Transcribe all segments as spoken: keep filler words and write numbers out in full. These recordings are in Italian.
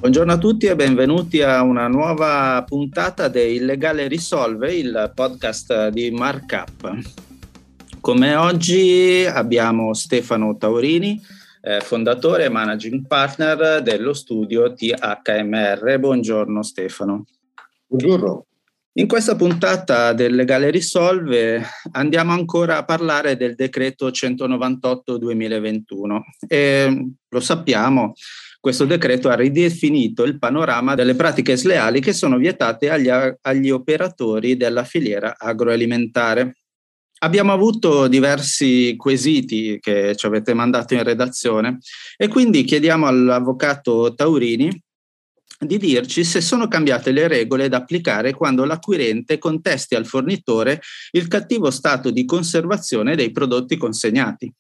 Buongiorno a tutti e benvenuti a una nuova puntata di Illegale Risolve, il podcast di Markup. Come oggi abbiamo Stefano Taurini, eh, fondatore e managing partner dello studio T H M R. Buongiorno Stefano. Buongiorno. In questa puntata del Legale Risolve andiamo ancora a parlare del decreto centonovantotto duemilaventuno e lo sappiamo, questo decreto ha ridefinito il panorama delle pratiche sleali che sono vietate agli, agli operatori della filiera agroalimentare. Abbiamo avuto diversi quesiti che ci avete mandato in redazione e quindi chiediamo all'avvocato Taurini di dirci se sono cambiate le regole da applicare quando l'acquirente contesti al fornitore il cattivo stato di conservazione dei prodotti consegnati.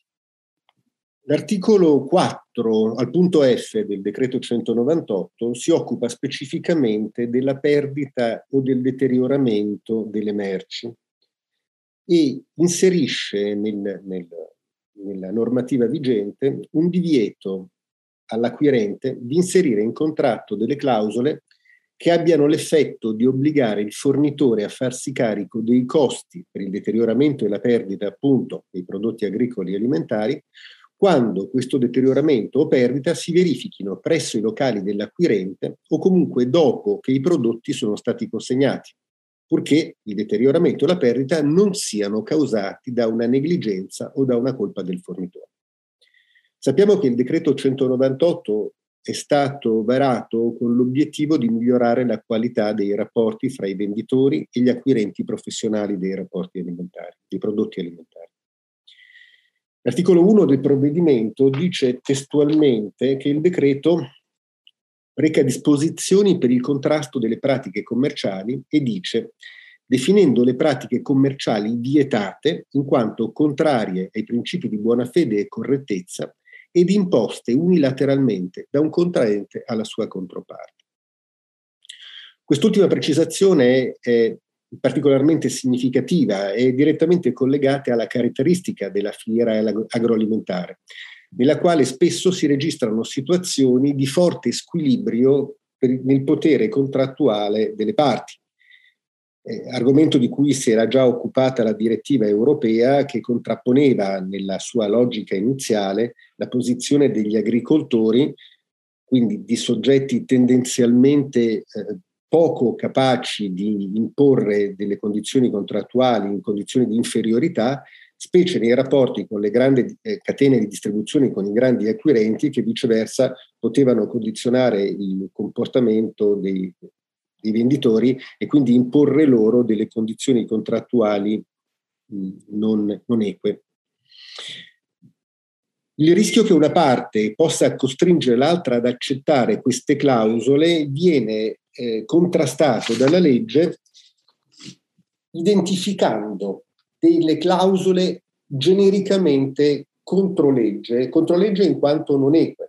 L'articolo quattro, al punto F del decreto centonovantotto, si occupa specificamente della perdita o del deterioramento delle merci e inserisce nel, nel, nella normativa vigente un divieto all'acquirente di inserire in contratto delle clausole che abbiano l'effetto di obbligare il fornitore a farsi carico dei costi per il deterioramento e la perdita appunto dei prodotti agricoli e alimentari quando questo deterioramento o perdita si verifichino presso i locali dell'acquirente o comunque dopo che i prodotti sono stati consegnati, purché il deterioramento o la perdita non siano causati da una negligenza o da una colpa del fornitore. Sappiamo che il decreto centonovantotto è stato varato con l'obiettivo di migliorare la qualità dei rapporti fra i venditori e gli acquirenti professionali dei rapporti alimentari, dei prodotti alimentari. L'articolo uno del provvedimento dice testualmente che il decreto reca disposizioni per il contrasto delle pratiche commerciali e dice, definendo le pratiche commerciali vietate in quanto contrarie ai principi di buona fede e correttezza ed imposte unilateralmente da un contraente alla sua controparte. Quest'ultima precisazione è, è particolarmente significativa e direttamente collegata alla caratteristica della filiera agroalimentare, nella quale spesso si registrano situazioni di forte squilibrio per, nel potere contrattuale delle parti. Eh, argomento di cui si era già occupata la direttiva europea che contrapponeva nella sua logica iniziale la posizione degli agricoltori, quindi di soggetti tendenzialmente eh, poco capaci di imporre delle condizioni contrattuali in condizioni di inferiorità, specie nei rapporti con le grandi eh, catene di distribuzione, con i grandi acquirenti che viceversa potevano condizionare il comportamento dei dei venditori e quindi imporre loro delle condizioni contrattuali mh, non, non eque. Il rischio che una parte possa costringere l'altra ad accettare queste clausole viene eh, contrastato dalla legge identificando delle clausole genericamente contro legge, contro legge in quanto non eque.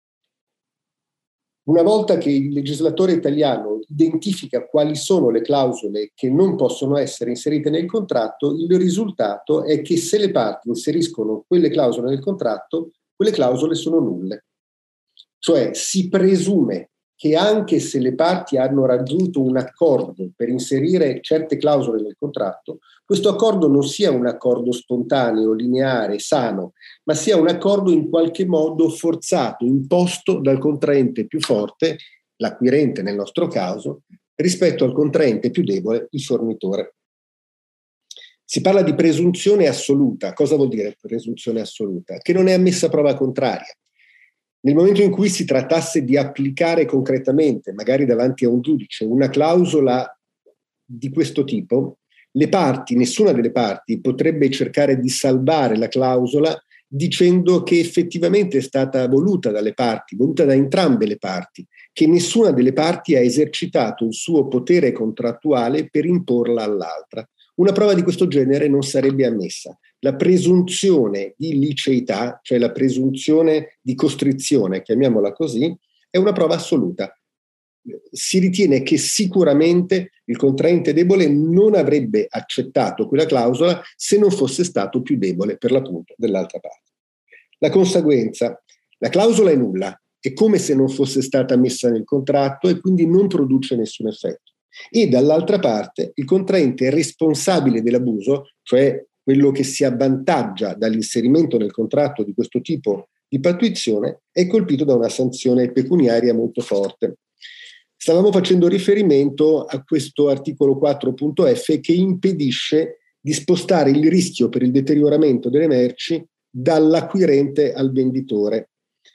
Una volta che il legislatore italiano identifica quali sono le clausole che non possono essere inserite nel contratto, il risultato è che se le parti inseriscono quelle clausole nel contratto, quelle clausole sono nulle. Cioè si presume che anche se le parti hanno raggiunto un accordo per inserire certe clausole nel contratto, questo accordo non sia un accordo spontaneo, lineare, sano, ma sia un accordo in qualche modo forzato, imposto dal contraente più forte, l'acquirente nel nostro caso, rispetto al contraente più debole, il fornitore. Si parla di presunzione assoluta. Cosa vuol dire presunzione assoluta? Che non è ammessa prova contraria. Nel momento in cui si trattasse di applicare concretamente, magari davanti a un giudice, una clausola di questo tipo, le parti, nessuna delle parti potrebbe cercare di salvare la clausola dicendo che effettivamente è stata voluta dalle parti, voluta da entrambe le parti, che nessuna delle parti ha esercitato il suo potere contrattuale per imporla all'altra. Una prova di questo genere non sarebbe ammessa. La presunzione di liceità, cioè la presunzione di costrizione, chiamiamola così, è una prova assoluta. Si ritiene che sicuramente il contraente debole non avrebbe accettato quella clausola se non fosse stato più debole per l'appunto dell'altra parte. La conseguenza, la clausola è nulla, è come se non fosse stata messa nel contratto e quindi non produce nessun effetto. E dall'altra parte il contraente responsabile dell'abuso, cioè quello che si avvantaggia dall'inserimento nel contratto di questo tipo di pattuizione, è colpito da una sanzione pecuniaria molto forte. Stavamo facendo riferimento a questo articolo quattro punto F che impedisce di spostare il rischio per il deterioramento delle merci dall'acquirente al venditore.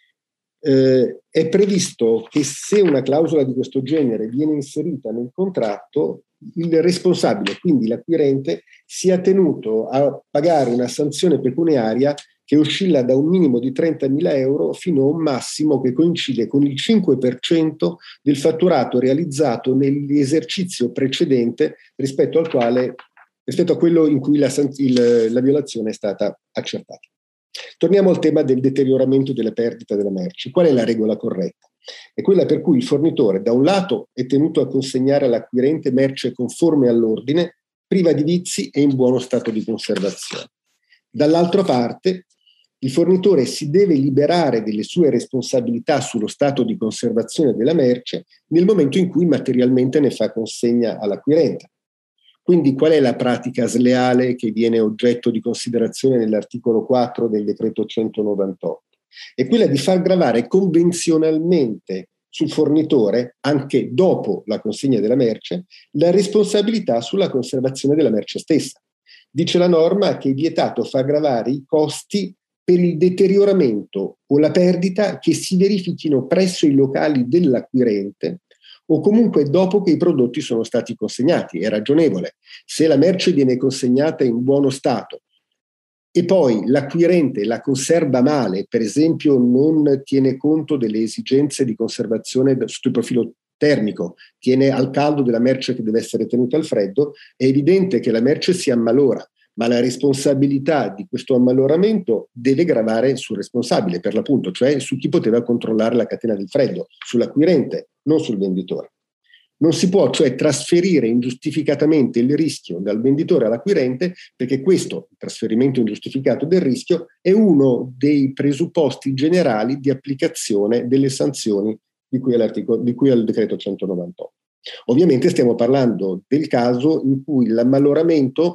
Eh, è previsto che se una clausola di questo genere viene inserita nel contratto, il responsabile, quindi l'acquirente, sia tenuto a pagare una sanzione pecuniaria che oscilla da un minimo di trentamila euro fino a un massimo che coincide con il cinque per cento del fatturato realizzato nell'esercizio precedente rispetto al quale, rispetto a quello in cui la, il, la violazione è stata accertata. Torniamo al tema del deterioramento della perdita della merce. Qual è la regola corretta? È quella per cui il fornitore, da un lato, è tenuto a consegnare all'acquirente merce conforme all'ordine, priva di vizi e in buono stato di conservazione. Dall'altra parte, il fornitore si deve liberare delle sue responsabilità sullo stato di conservazione della merce nel momento in cui materialmente ne fa consegna all'acquirente. Quindi qual è la pratica sleale che viene oggetto di considerazione nell'articolo quattro del decreto centonovantotto? È quella di far gravare convenzionalmente sul fornitore, anche dopo la consegna della merce, la responsabilità sulla conservazione della merce stessa. Dice la norma che è vietato far gravare i costi per il deterioramento o la perdita che si verifichino presso i locali dell'acquirente o comunque dopo che i prodotti sono stati consegnati. È ragionevole. Se la merce viene consegnata in buono stato e poi l'acquirente la conserva male, per esempio non tiene conto delle esigenze di conservazione sotto il profilo termico, tiene al caldo della merce che deve essere tenuta al freddo, è evidente che la merce si ammalora, ma la responsabilità di questo ammaloramento deve gravare sul responsabile, per l'appunto, cioè su chi poteva controllare la catena del freddo, sull'acquirente, non sul venditore. Non si può cioè trasferire ingiustificatamente il rischio dal venditore all'acquirente, perché questo, il trasferimento ingiustificato del rischio, è uno dei presupposti generali di applicazione delle sanzioni di cui all'articolo, di cui al decreto centonovantotto. Ovviamente stiamo parlando del caso in cui l'ammaloramento,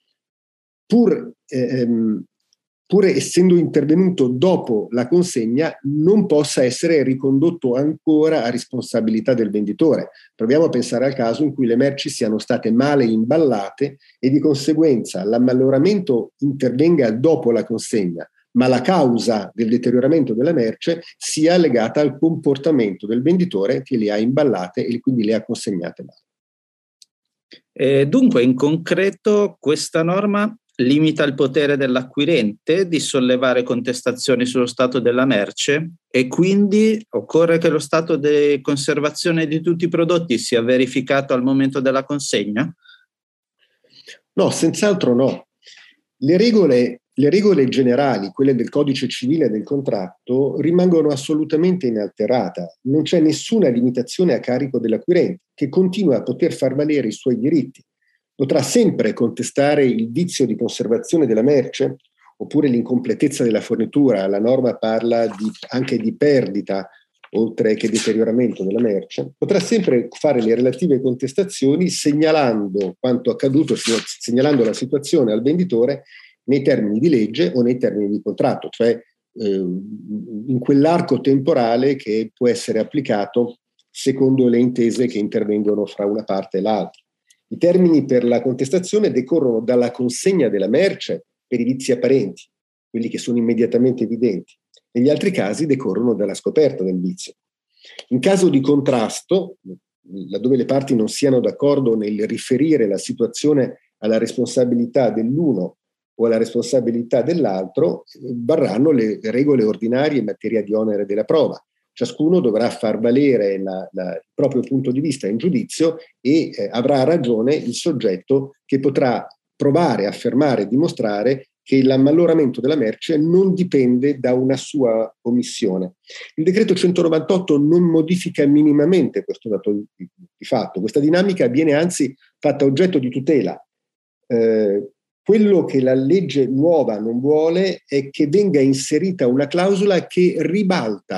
pur, ehm, pur essendo intervenuto dopo la consegna, non possa essere ricondotto ancora a responsabilità del venditore. Proviamo a pensare al caso in cui le merci siano state male imballate e di conseguenza l'ammaloramento intervenga dopo la consegna, ma la causa del deterioramento della merce sia legata al comportamento del venditore che le ha imballate e quindi le ha consegnate male. E dunque, in concreto, questa norma limita il potere dell'acquirente di sollevare contestazioni sullo stato della merce e quindi occorre che lo stato di conservazione di tutti i prodotti sia verificato al momento della consegna? No, senz'altro no. Le regole, le regole generali, quelle del codice civile e del contratto, rimangono assolutamente inalterate. Non c'è nessuna limitazione a carico dell'acquirente, che continua a poter far valere i suoi diritti. Potrà sempre contestare il vizio di conservazione della merce oppure l'incompletezza della fornitura. La norma parla di, anche di perdita oltre che deterioramento della merce. Potrà sempre fare le relative contestazioni segnalando quanto accaduto, segnalando la situazione al venditore nei termini di legge o nei termini di contratto, cioè eh, in quell'arco temporale che può essere applicato secondo le intese che intervengono fra una parte e l'altra. I termini per la contestazione decorrono dalla consegna della merce per i vizi apparenti, quelli che sono immediatamente evidenti. Negli altri casi decorrono dalla scoperta del vizio. In caso di contrasto, laddove le parti non siano d'accordo nel riferire la situazione alla responsabilità dell'uno o alla responsabilità dell'altro, varranno le regole ordinarie in materia di onere della prova. Ciascuno dovrà far valere la, la, il proprio punto di vista in giudizio e eh, avrà ragione il soggetto che potrà provare, affermare, dimostrare che l'ammaloramento della merce non dipende da una sua omissione. Il decreto centonovantotto non modifica minimamente questo dato di, di fatto. Questa dinamica viene anzi fatta oggetto di tutela. Eh, quello che la legge nuova non vuole è che venga inserita una clausola che ribalta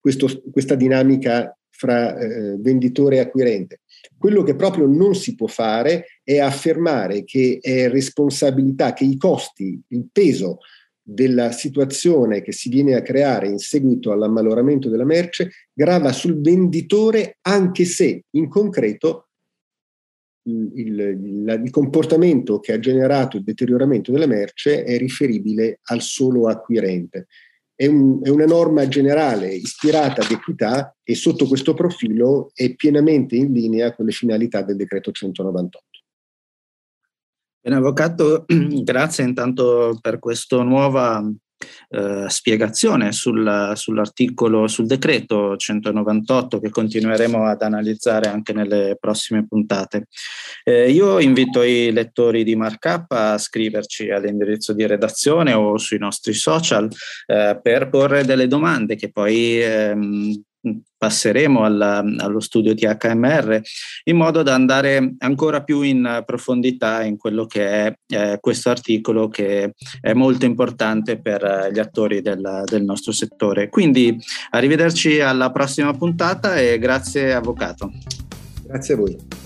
questo, questa dinamica fra eh, venditore e acquirente. Quello che proprio non si può fare è affermare che è responsabilità, che i costi, il peso della situazione che si viene a creare in seguito all'ammaloramento della merce grava sul venditore, anche se in concreto il, il, il comportamento che ha generato il deterioramento della merce è riferibile al solo acquirente. È, un, è una norma generale ispirata ad equità e sotto questo profilo è pienamente in linea con le finalità del decreto centonovantotto. Bene, avvocato, grazie intanto per questa nuova eh, spiegazione sul, sull'articolo, sul decreto centonovantotto che continueremo ad analizzare anche nelle prossime puntate. Eh, io invito i lettori di Markup a scriverci all'indirizzo di redazione o sui nostri social eh, per porre delle domande che poi ehm, passeremo alla, allo studio T H M R in modo da andare ancora più in profondità in quello che è eh, questo articolo, che è molto importante per eh, gli attori del, del nostro settore. Quindi arrivederci alla prossima puntata e grazie avvocato. Grazie a voi.